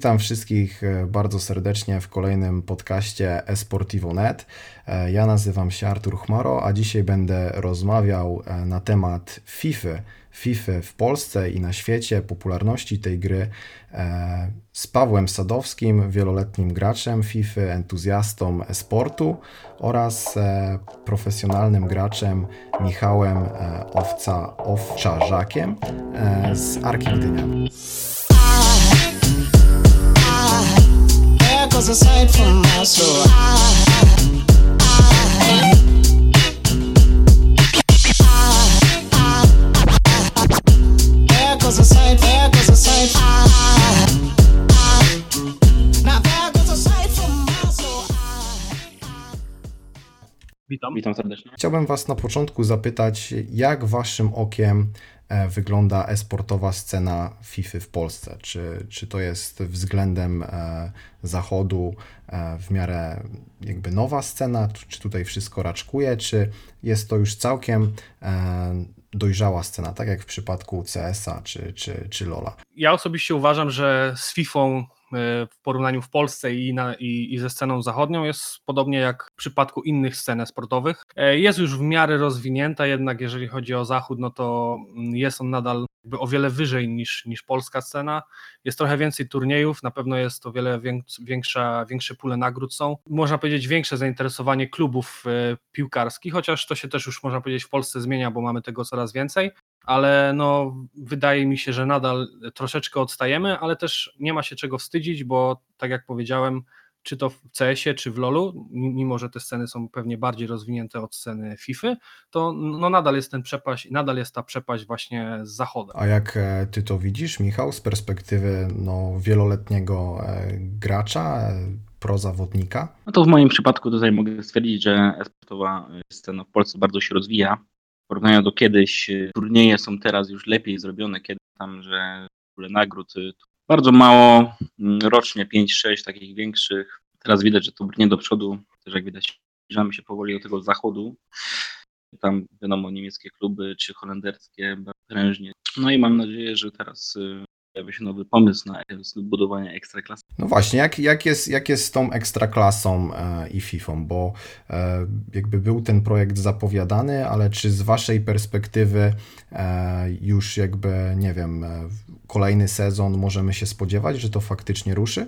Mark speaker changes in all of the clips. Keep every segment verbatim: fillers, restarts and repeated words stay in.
Speaker 1: Witam wszystkich bardzo serdecznie w kolejnym podcaście eSportivo kropka net. Ja nazywam się Artur Chmaro, a dzisiaj będę rozmawiał na temat FIFA, FIFA w Polsce i na świecie, popularności tej gry z Pawłem Sadowskim, wieloletnim graczem FIFA, entuzjastą esportu oraz profesjonalnym graczem Michałem Owca Owczarzakiem z Arki Gdynia.
Speaker 2: Goes aside from my soul. There goes aside, there goes aside. Now there goes aside from my soul.
Speaker 3: Witam, witam serdecznie.
Speaker 1: Chciałbym Was na początku zapytać, jak Waszym okiem wygląda esportowa scena FIFA w Polsce? Czy, czy to jest względem e, zachodu e, w miarę jakby nowa scena? Czy tutaj wszystko raczkuje? Czy jest to już całkiem e, dojrzała scena, tak jak w przypadku C S a czy, czy, czy LoL'a?
Speaker 3: Ja osobiście uważam, że z Fifą w porównaniu w Polsce i, na, i, i ze sceną zachodnią jest podobnie jak w przypadku innych scen sportowych. Jest już w miarę rozwinięta, jednak jeżeli chodzi o zachód, no to jest on nadal jakby o wiele wyżej niż, niż polska scena. Jest trochę więcej turniejów, na pewno jest o wiele większa, większe pule nagród są. Można powiedzieć większe zainteresowanie klubów piłkarskich, chociaż to się też już można powiedzieć w Polsce zmienia, bo mamy tego coraz więcej. Ale no, wydaje mi się, że nadal troszeczkę odstajemy, ale też nie ma się czego wstydzić, bo tak jak powiedziałem, czy to w C S ie, czy w LoL'u, mimo że te sceny są pewnie bardziej rozwinięte od sceny FIFA, to no nadal jest ten przepaść, nadal jest ta przepaść właśnie z zachodem.
Speaker 1: A jak Ty to widzisz, Michał, z perspektywy no, wieloletniego gracza, prozawodnika?
Speaker 4: No to w moim przypadku tutaj mogę stwierdzić, że esportowa scena w Polsce bardzo się rozwija. W porównaniu do kiedyś, turnieje są teraz już lepiej zrobione, kiedy tam, że w ogóle nagród bardzo mało, rocznie pięć sześć takich większych. Teraz widać, że to brnie do przodu, też jak widać, zbliżamy się powoli do tego zachodu. Tam wiadomo, niemieckie kluby czy holenderskie prężnie. No i mam nadzieję, że teraz pojawi się nowy pomysł na budowanie ekstraklasy.
Speaker 1: No właśnie, jak, jak, jest, jak jest z tą ekstraklasą e, i Fifą, bo e, jakby był ten projekt zapowiadany, ale czy z Waszej perspektywy e, już jakby, nie wiem, e, kolejny sezon możemy się spodziewać, że to faktycznie ruszy?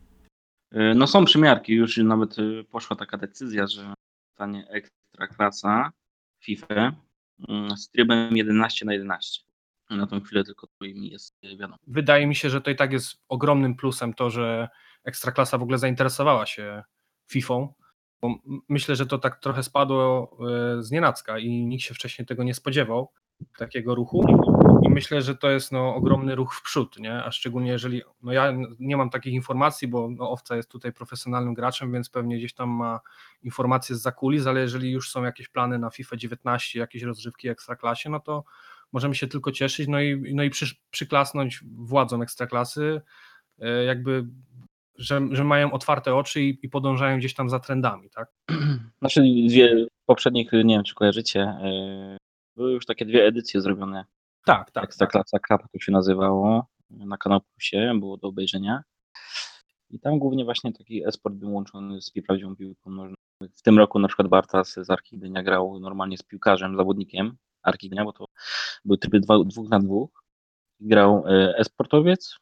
Speaker 4: No są przymiarki, już nawet poszła taka decyzja, że stanie ekstraklasa FIFA z trybem jedenaście na jedenaście. Na tą chwilę tylko to mi jest wiadomo.
Speaker 3: Wydaje mi się, że to i tak jest ogromnym plusem to, że Ekstraklasa w ogóle zainteresowała się Fifą, bo myślę, że to tak trochę spadło z nienacka i nikt się wcześniej tego nie spodziewał, takiego ruchu, i myślę, że to jest no, ogromny ruch w przód, nie? A szczególnie jeżeli, no ja nie mam takich informacji, bo no, Owca jest tutaj profesjonalnym graczem, więc pewnie gdzieś tam ma informacje z zakulis, ale jeżeli już są jakieś plany na FIFA dziewiętnaście, jakieś rozgrywki w Ekstraklasie, no to możemy się tylko cieszyć, no i, no i przy, przyklasnąć władzom Ekstraklasy, jakby, że, że mają otwarte oczy i, i podążają gdzieś tam za trendami, tak?
Speaker 4: Znaczy dwie poprzednich, nie wiem czy kojarzycie, były już takie dwie edycje zrobione.
Speaker 3: Tak, tak.
Speaker 4: Ekstraklasa Cup to się nazywało, na Kanał Plusie, było do obejrzenia. I tam głównie właśnie taki esport był łączony z prawdziwą piłką nożną. W tym roku na przykład Bartas z Arki Gdynia grał normalnie z piłkarzem, zawodnikiem Arki Gdynia, bo to były tryby dwa, dwóch na dwóch. Grał esportowiec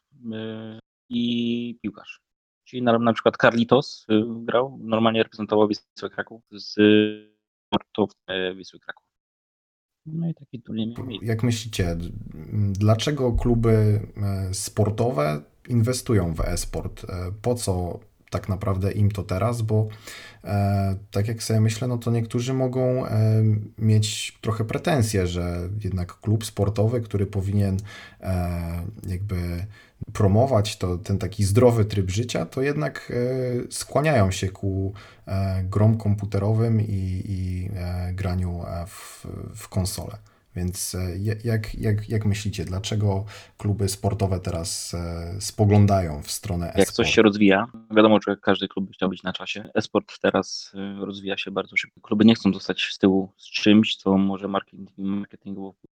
Speaker 4: i piłkarz. Czyli na, na przykład Carlitos grał, normalnie reprezentował Wisłę Kraków z sportów Wisły Kraków. No i taki turniej miał miejsce.
Speaker 1: Jak myślicie, dlaczego kluby sportowe inwestują w e-sport? Po co tak naprawdę im to teraz? Bo e, tak jak sobie myślę, no to niektórzy mogą e, mieć trochę pretensje, że jednak klub sportowy, który powinien e, jakby promować to, ten taki zdrowy tryb życia, to jednak e, skłaniają się ku e, grom komputerowym i, i e, graniu w, w konsolę. Więc jak, jak, jak myślicie, dlaczego kluby sportowe teraz spoglądają w stronę e-sportu?
Speaker 4: Jak coś się rozwija, wiadomo, że każdy klub by chciał być na czasie. E-sport teraz rozwija się bardzo szybko. Kluby nie chcą zostać z tyłu z czymś, co może marketing, marketingowo przynieść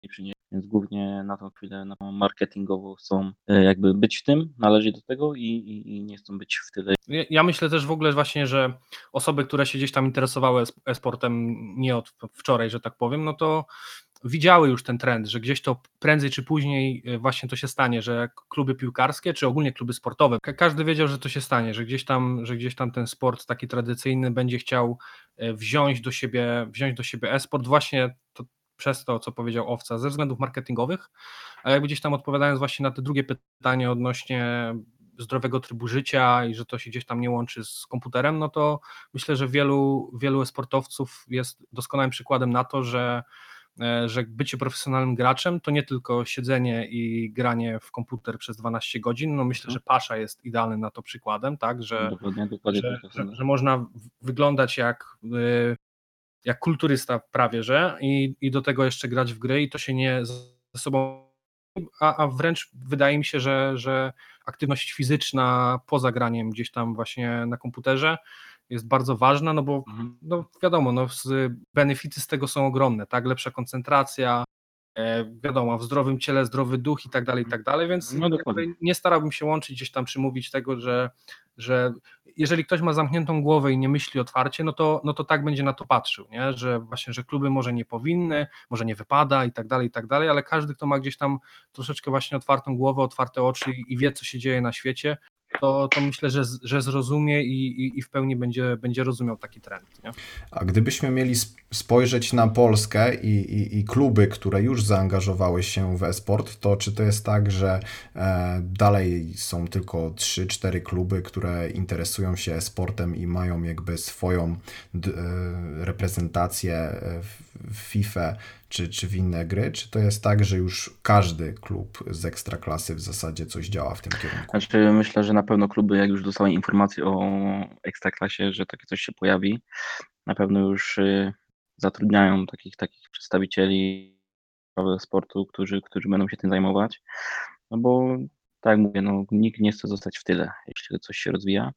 Speaker 4: więc głównie na tą chwilę na marketingowo chcą e, jakby być w tym, należeć do tego i, i, i nie chcą być w tyle.
Speaker 3: Ja ja myślę też w ogóle właśnie, że osoby, które się gdzieś tam interesowały es- e-sportem nie od wczoraj, że tak powiem, no to widziały już ten trend, że gdzieś to prędzej czy później e, właśnie to się stanie, że kluby piłkarskie, czy ogólnie kluby sportowe, ka- każdy wiedział, że to się stanie, że gdzieś tam, że gdzieś tam ten sport taki tradycyjny będzie chciał e, wziąć do siebie, wziąć do siebie e-sport właśnie to, przez to, co powiedział Owca, ze względów marketingowych, a jakby gdzieś tam odpowiadając właśnie na te drugie pytanie odnośnie zdrowego trybu życia i że to się gdzieś tam nie łączy z komputerem, no to myślę, że wielu, wielu sportowców jest doskonałym przykładem na to, że e, że bycie profesjonalnym graczem to nie tylko siedzenie i granie w komputer przez dwanaście godzin, no myślę,
Speaker 4: Mhm.
Speaker 3: że Pasza jest idealnym na to przykładem, tak, że,
Speaker 4: Dokładnie, dokładnie
Speaker 3: że,
Speaker 4: tak to
Speaker 3: że,
Speaker 4: są.
Speaker 3: że można w- wyglądać jak, y, jak kulturysta prawie, że i, i do tego jeszcze grać w gry i to się nie ze sobą, a, a wręcz wydaje mi się, że, że aktywność fizyczna poza graniem gdzieś tam właśnie na komputerze jest bardzo ważna, no bo
Speaker 4: Mhm.
Speaker 3: no wiadomo, no z, benefity z tego są ogromne, tak, lepsza koncentracja, e, wiadomo, w zdrowym ciele zdrowy duch i tak dalej, i tak dalej, więc
Speaker 4: No dokładnie.
Speaker 3: jakby nie starałbym się łączyć gdzieś tam przymówić tego, że, że jeżeli ktoś ma zamkniętą głowę i nie myśli otwarcie, no to, no to tak będzie na to patrzył, nie? Że właśnie, że kluby może nie powinny, może nie wypada i tak dalej, i tak dalej, ale każdy, kto ma gdzieś tam troszeczkę właśnie otwartą głowę, otwarte oczy i, i wie, co się dzieje na świecie, to, to myślę, że, z- że zrozumie i, i, i w pełni będzie, będzie rozumiał taki trend, nie?
Speaker 1: A gdybyśmy mieli sp- spojrzeć na Polskę i, i, i kluby, które już zaangażowały się w e-sport, to czy to jest tak, że e, dalej są tylko trzy cztery kluby, które interesują się e-sportem i mają jakby swoją d- e, reprezentację e, w, w FIFA czy, czy w inne gry? Czy to jest tak, że już każdy klub z ekstraklasy w zasadzie coś działa w tym kierunku?
Speaker 4: Znaczy, myślę, że na pewno kluby, jak już dostały informację o Ekstraklasie, że takie coś się pojawi, na pewno już y, zatrudniają takich takich przedstawicieli prawa sportu, którzy, którzy będą się tym zajmować. No bo tak jak mówię, no, nikt nie chce zostać w tyle, jeśli coś się rozwija.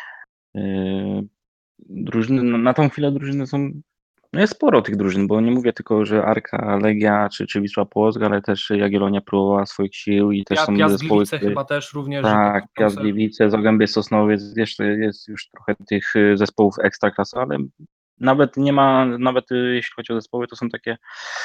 Speaker 4: Yy, drużyny, na na tą chwilę drużyny są, no jest sporo tych drużyn, bo nie mówię tylko, że Arka, Legia czy, czy Wisła Płock, ale też Jagiellonia próbowała swoich sił i też
Speaker 3: Pia-
Speaker 4: są
Speaker 3: Piast
Speaker 4: zespoły,
Speaker 3: Gliwice
Speaker 4: które
Speaker 3: chyba też również, że tak
Speaker 4: tak, Piast
Speaker 3: wtrącę.
Speaker 4: Gliwice, Zagłębie Sosnowiec, jeszcze jest już trochę tych y, zespołów ekstraklasy, ale nawet nie ma, nawet y, jeśli chodzi o zespoły, to są takie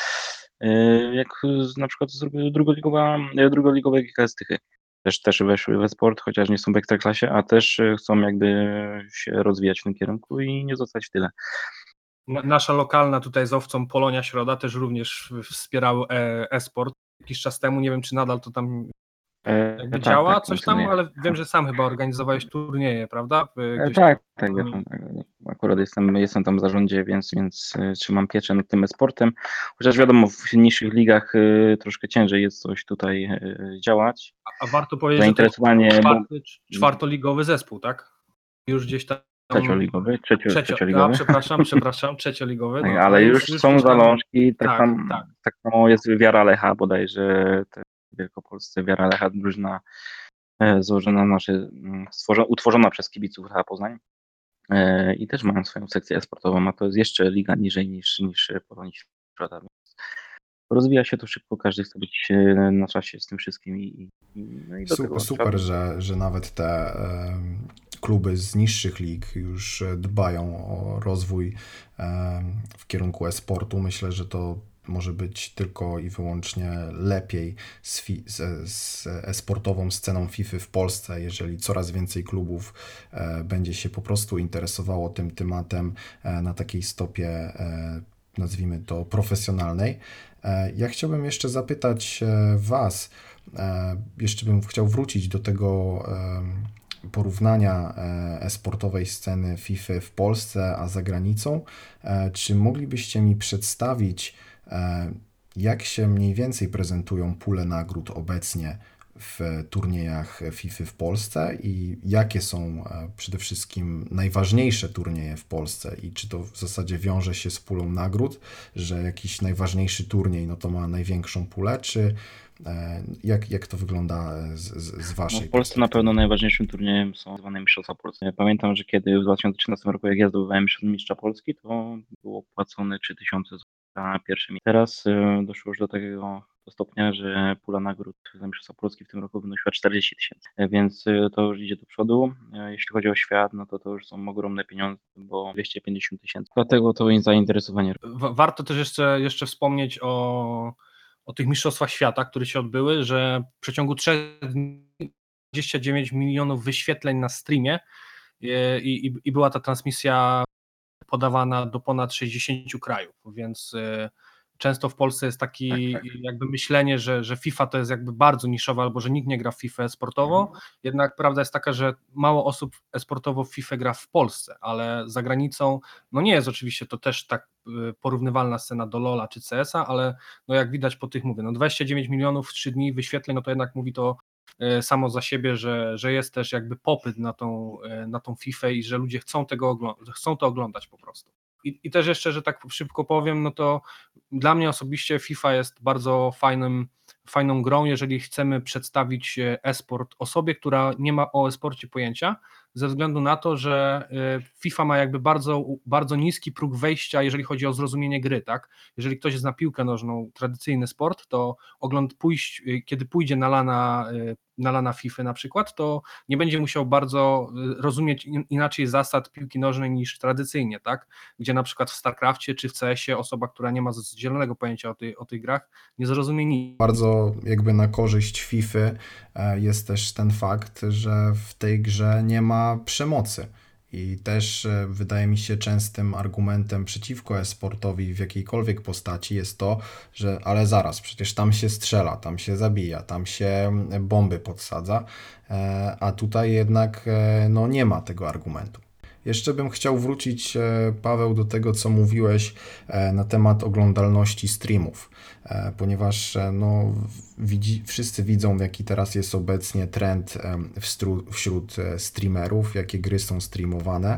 Speaker 4: y, jak z- na przykład z drugo- drugoligowa, y, drugoligowe G K S Tychy. Też, też weszły we sport, chociaż nie są w ekstraklasie, a też y, chcą jakby się rozwijać w tym kierunku i nie zostać w tyle.
Speaker 3: Na- Nasza lokalna tutaj z Owcą Polonia Środa też również wspierał e- e-sport jakiś czas temu, nie wiem czy nadal to tam
Speaker 4: E,
Speaker 3: jakby
Speaker 4: tak,
Speaker 3: działa,
Speaker 4: tak,
Speaker 3: coś tam,
Speaker 4: funkcjonuje.
Speaker 3: ale wiem, że sam chyba organizowałeś turnieje, prawda? Y,
Speaker 4: E,
Speaker 3: Gdzieś tam.
Speaker 4: Tak, tak, ja tam, tak, akurat jestem, jestem tam w zarządzie, więc, więc y, trzymam pieczę nad tym e-sportem. Chociaż wiadomo, w niższych ligach y, troszkę ciężej jest coś tutaj y, działać.
Speaker 3: A warto powiedzieć, że to jest
Speaker 4: Zainteresowanie, bo
Speaker 3: czwarty, czwartoligowy zespół, tak? Już gdzieś tam
Speaker 4: trzecioligowy, trzecio,
Speaker 3: trzecio, a
Speaker 4: trzecioligowy,
Speaker 3: przepraszam, przepraszam, trzecioligowy,
Speaker 4: tak,
Speaker 3: no
Speaker 4: ale
Speaker 3: ale
Speaker 4: już
Speaker 3: już, już
Speaker 4: są
Speaker 3: gdzieś tam,
Speaker 4: zalążki, tak,
Speaker 3: tak,
Speaker 4: tam,
Speaker 3: tak.
Speaker 4: tak samo jest Wiara Lecha bodajże, te w Wielkopolsce Wiara Lecha, drużyna e, złożona, znaczy, mm, stworzona, utworzona przez kibiców Lecha Poznań. E, I też mają swoją sekcję e-sportową, a to jest jeszcze liga niżej niż, niż Polonii Środa. Więc rozwija się to szybko, każdy chce być e, na czasie z tym wszystkim i, i, no i do
Speaker 1: Su-
Speaker 4: tego
Speaker 1: Super,
Speaker 4: trzeba.
Speaker 1: że, że nawet te em, kluby z niższych lig już e, dbają o rozwój em, w kierunku e-sportu. Myślę, że to może być tylko i wyłącznie lepiej z, fi- z, z e-sportową sceną FIFA w Polsce, jeżeli coraz więcej klubów e, będzie się po prostu interesowało tym tematem e, na takiej stopie, e, nazwijmy to, profesjonalnej. E, Ja chciałbym jeszcze zapytać e, Was, e, jeszcze bym chciał wrócić do tego e, porównania e, e-sportowej sceny FIFA w Polsce, a za granicą. E, Czy moglibyście mi przedstawić, e, jak się mniej więcej prezentują pule nagród obecnie w turniejach FIFA w Polsce i jakie są e, przede wszystkim najważniejsze turnieje w Polsce i czy to w zasadzie wiąże się z pulą nagród, że jakiś najważniejszy turniej no to ma największą pulę, czy e, jak, jak to wygląda z, z, z
Speaker 4: No,
Speaker 1: waszej
Speaker 4: w Polsce na
Speaker 1: perspektywy?
Speaker 4: pewno najważniejszym turniejem są zwane Mistrzostwa Polskie. Pamiętam, że kiedy w dwa tysiące trzynastym roku, jak ja zdobywałem mistrza Polski, to było płacone trzy tysiące złotych za pierwsze miejsce. Teraz y, doszło już do takiego do stopnia, że pula nagród za Mistrzostwa Polski w tym roku wynosiła czterdzieści tysięcy, więc y, to już idzie do przodu. E, Jeśli chodzi o świat, no to to już są ogromne pieniądze, bo dwieście pięćdziesiąt tysięcy. Dlatego to jest zainteresowanie.
Speaker 3: Wa- Warto też jeszcze, jeszcze wspomnieć o, o tych mistrzostwach świata, które się odbyły, że w przeciągu trzech dni dwadzieścia dziewięć milionów wyświetleń na streamie e, i, i, i była ta transmisja podawana do ponad sześćdziesięciu krajów, więc e, często w Polsce jest taki
Speaker 4: Tak, tak.
Speaker 3: jakby myślenie, że, że FIFA to jest jakby bardzo niszowe, albo że nikt nie gra w FIFA sportowo, jednak prawda jest taka, że mało osób esportowo w FIFA gra w Polsce, ale za granicą, no nie jest oczywiście to też tak y, porównywalna scena do LoL'a czy C S a, ale no jak widać po tych, mówię, no dwadzieścia dziewięć milionów w trzy dni wyświetleń, no to jednak mówi to y, samo za siebie, że, że jest też jakby popyt na tą, y, na tą FIFA i że ludzie chcą tego oglądać, chcą to oglądać po prostu. I, I też jeszcze, że tak szybko powiem, no to dla mnie osobiście FIFA jest bardzo fajnym, fajną grą, jeżeli chcemy przedstawić e-sport osobie, która nie ma o e-sporcie pojęcia, ze względu na to, że FIFA ma jakby bardzo, bardzo niski próg wejścia, jeżeli chodzi o zrozumienie gry, tak? Jeżeli ktoś zna piłkę nożną, tradycyjny sport, to ogląd pójść, kiedy pójdzie na lana, na lana FIFA na przykład, to nie będzie musiał bardzo rozumieć inaczej zasad piłki nożnej niż tradycyjnie, tak? Gdzie na przykład w StarCrafcie czy w C S ie osoba, która nie ma zielonego pojęcia o, tej, o tych grach, nie zrozumie nic.
Speaker 1: Bardzo jakby na korzyść FIFA jest też ten fakt, że w tej grze nie ma przemocy. I też e, wydaje mi się częstym argumentem przeciwko e-sportowi w jakiejkolwiek postaci jest to, że ale zaraz, przecież tam się strzela, tam się zabija, tam się bomby podsadza, e, a tutaj jednak e, no, nie ma tego argumentu. Jeszcze bym chciał wrócić, Paweł, do tego, co mówiłeś na temat oglądalności streamów, ponieważ no, widzi, wszyscy widzą, jaki teraz jest obecnie trend wśród streamerów, jakie gry są streamowane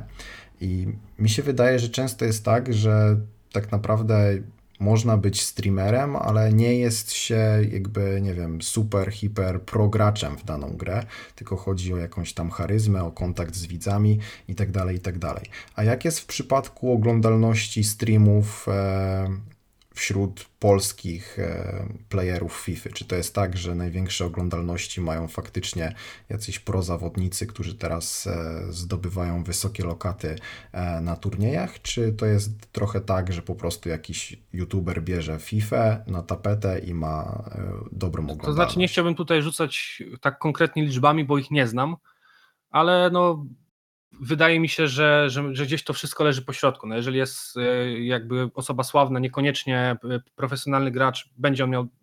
Speaker 1: i mi się wydaje, że często jest tak, że tak naprawdę można być streamerem, ale nie jest się jakby, nie wiem, super, hiper pro graczem w daną grę, tylko chodzi o jakąś tam charyzmę, o kontakt z widzami i tak dalej, i tak dalej. A jak jest w przypadku oglądalności streamów e, wśród polskich e, playerów FIFA? Czy to jest tak, że największe oglądalności mają faktycznie jacyś prozawodnicy, którzy teraz e, zdobywają wysokie lokaty e, na turniejach, czy to jest trochę tak, że po prostu jakiś youtuber bierze FIFA na tapetę i ma e, dobrą oglądalność?
Speaker 3: To znaczy nie chciałbym tutaj rzucać tak konkretnie liczbami, bo ich nie znam, ale no wydaje mi się, że, że, że gdzieś to wszystko leży po środku. No jeżeli jest e, jakby osoba sławna, niekoniecznie e, profesjonalny gracz, będzie on miał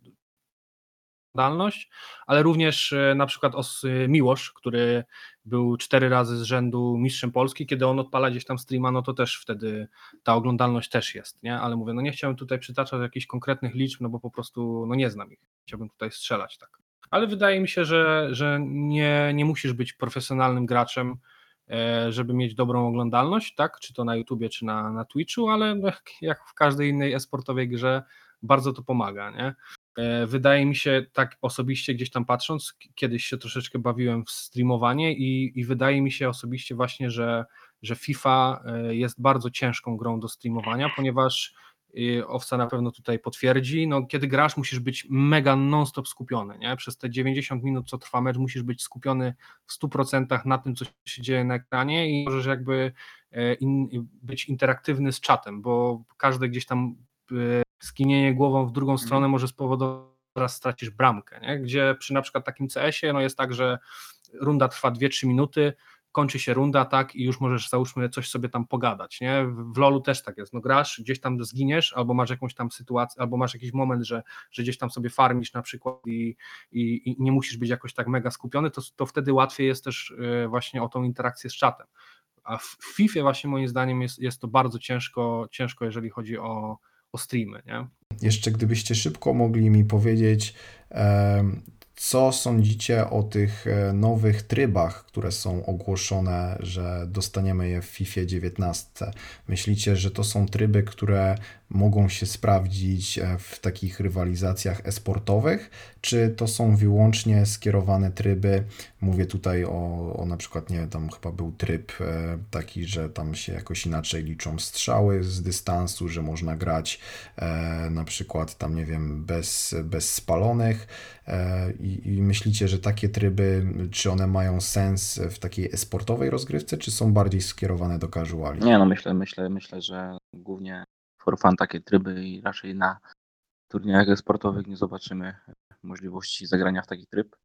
Speaker 3: oglądalność, ale również e, na przykład os, e, Miłosz, który był cztery razy z rzędu mistrzem Polski, kiedy on odpala gdzieś tam streama, no to też wtedy ta oglądalność też jest, nie? Ale mówię, no nie chciałem tutaj przytaczać jakichś konkretnych liczb, no bo po prostu no nie znam ich. Chciałbym tutaj strzelać tak. Ale wydaje mi się, że, że nie, nie musisz być profesjonalnym graczem, żeby mieć dobrą oglądalność, tak? Czy to na YouTubie, czy na, na Twitchu, ale jak w każdej innej e-sportowej grze bardzo to pomaga, nie? Wydaje mi się, tak osobiście gdzieś tam patrząc, kiedyś się troszeczkę bawiłem w streamowanie i, i wydaje mi się osobiście właśnie, że, że FIFA jest bardzo ciężką grą do streamowania, ponieważ Owca na pewno tutaj potwierdzi, no kiedy grasz musisz być mega non-stop skupiony, nie? Przez te dziewięćdziesiąt minut, co trwa mecz, musisz być skupiony w stu procentach na tym, co się dzieje na ekranie i możesz jakby in, być interaktywny z czatem, bo każde gdzieś tam skinienie głową w drugą stronę może spowodować, że raz stracisz bramkę, nie? Gdzie przy na przykład takim C S ie no jest tak, że runda trwa dwie trzy minuty, kończy się runda, tak, i już możesz, załóżmy, coś sobie tam pogadać, nie? W LoLu też tak jest, no grasz, gdzieś tam zginiesz, albo masz jakąś tam sytuację, albo masz jakiś moment, że, że gdzieś tam sobie farmisz na przykład i, i, i nie musisz być jakoś tak mega skupiony, to, to wtedy łatwiej jest też właśnie o tą interakcję z czatem. A w FIFA właśnie moim zdaniem jest, jest to bardzo ciężko, ciężko, jeżeli chodzi o, o streamy, nie?
Speaker 1: Jeszcze gdybyście szybko mogli mi powiedzieć, Co sądzicie o tych e, nowych trybach, które są ogłoszone, że dostaniemy je w FIFA dziewiętnaście? Myślicie, że to są tryby, które mogą się sprawdzić e, w takich rywalizacjach e-sportowych, czy to są wyłącznie skierowane tryby? Mówię tutaj o, o na przykład, nie wiem, tam chyba był tryb e, taki, że tam się jakoś inaczej liczą strzały z dystansu, że można grać e, na przykład tam, nie wiem, bez, bez spalonych. I, I myślicie, że takie tryby, czy one mają sens w takiej e-sportowej rozgrywce, czy są bardziej skierowane do casuali?
Speaker 4: Nie no, myślę, myślę, myślę, że głównie for fun takie tryby i raczej na turniejach sportowych nie zobaczymy możliwości zagrania w taki tryb.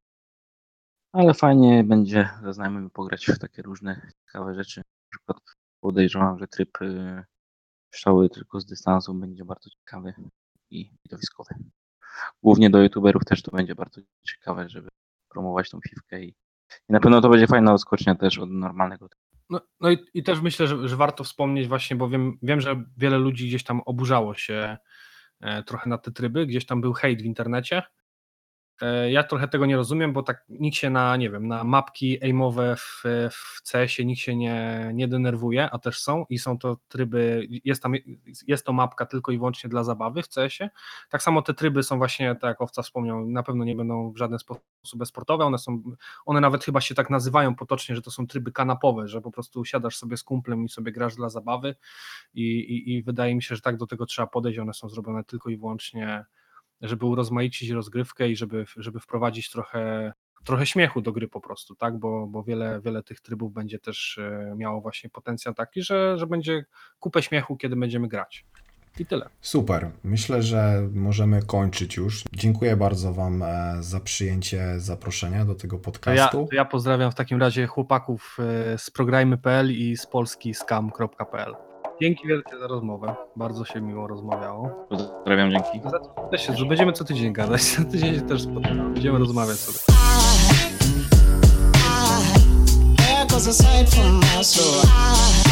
Speaker 4: Ale fajnie będzie ze znajomymi pograć w takie różne ciekawe rzeczy. Na przykład podejrzewam, że tryb y, strzały tylko z dystansu będzie bardzo ciekawy i widowiskowy. Głównie do youtuberów też to będzie bardzo ciekawe, żeby promować tą fifkę i, i na pewno to będzie fajna odskocznia też od normalnego.
Speaker 3: No, no i, i też myślę, że, że warto wspomnieć właśnie, bo wiem, wiem, że wiele ludzi gdzieś tam oburzało się e, trochę na te tryby, gdzieś tam był hejt w internecie. E, ja trochę tego nie rozumiem, bo tak nikt się na, nie wiem, na mapki aimowe w, w C S ie nikt się nie, nie denerwuje, a też są i są to tryby, jest tam, jest to mapka tylko i wyłącznie dla zabawy w C S ie. Tak samo te tryby są właśnie, tak jak Owca wspomniał, na pewno nie będą w żaden sposób sportowe, one są, one nawet chyba się tak nazywają potocznie, że to są tryby kanapowe, że po prostu siadasz sobie z kumplem i sobie grasz dla zabawy i, i, i wydaje mi się, że tak do tego trzeba podejść, one są zrobione tylko i wyłącznie, żeby urozmaicić rozgrywkę i żeby, żeby wprowadzić trochę, trochę śmiechu do gry po prostu, tak, bo, bo wiele, wiele tych trybów będzie też miało właśnie potencjał taki, że, że będzie kupę śmiechu, kiedy będziemy grać. I tyle.
Speaker 1: Super. Myślę, że możemy kończyć już. Dziękuję bardzo Wam za przyjęcie zaproszenia do tego podcastu.
Speaker 3: To ja, to ja pozdrawiam w takim razie chłopaków z prograjmy kropka p l i z polski scam kropka p l. Dzięki wielkie za rozmowę. Bardzo się miło rozmawiało.
Speaker 4: Pozdrawiam, dzięki.
Speaker 3: Też się, że będziemy co tydzień gadać. Co tydzień się też spotkamy. Będziemy rozmawiać sobie.
Speaker 2: There goes a sight from my soul.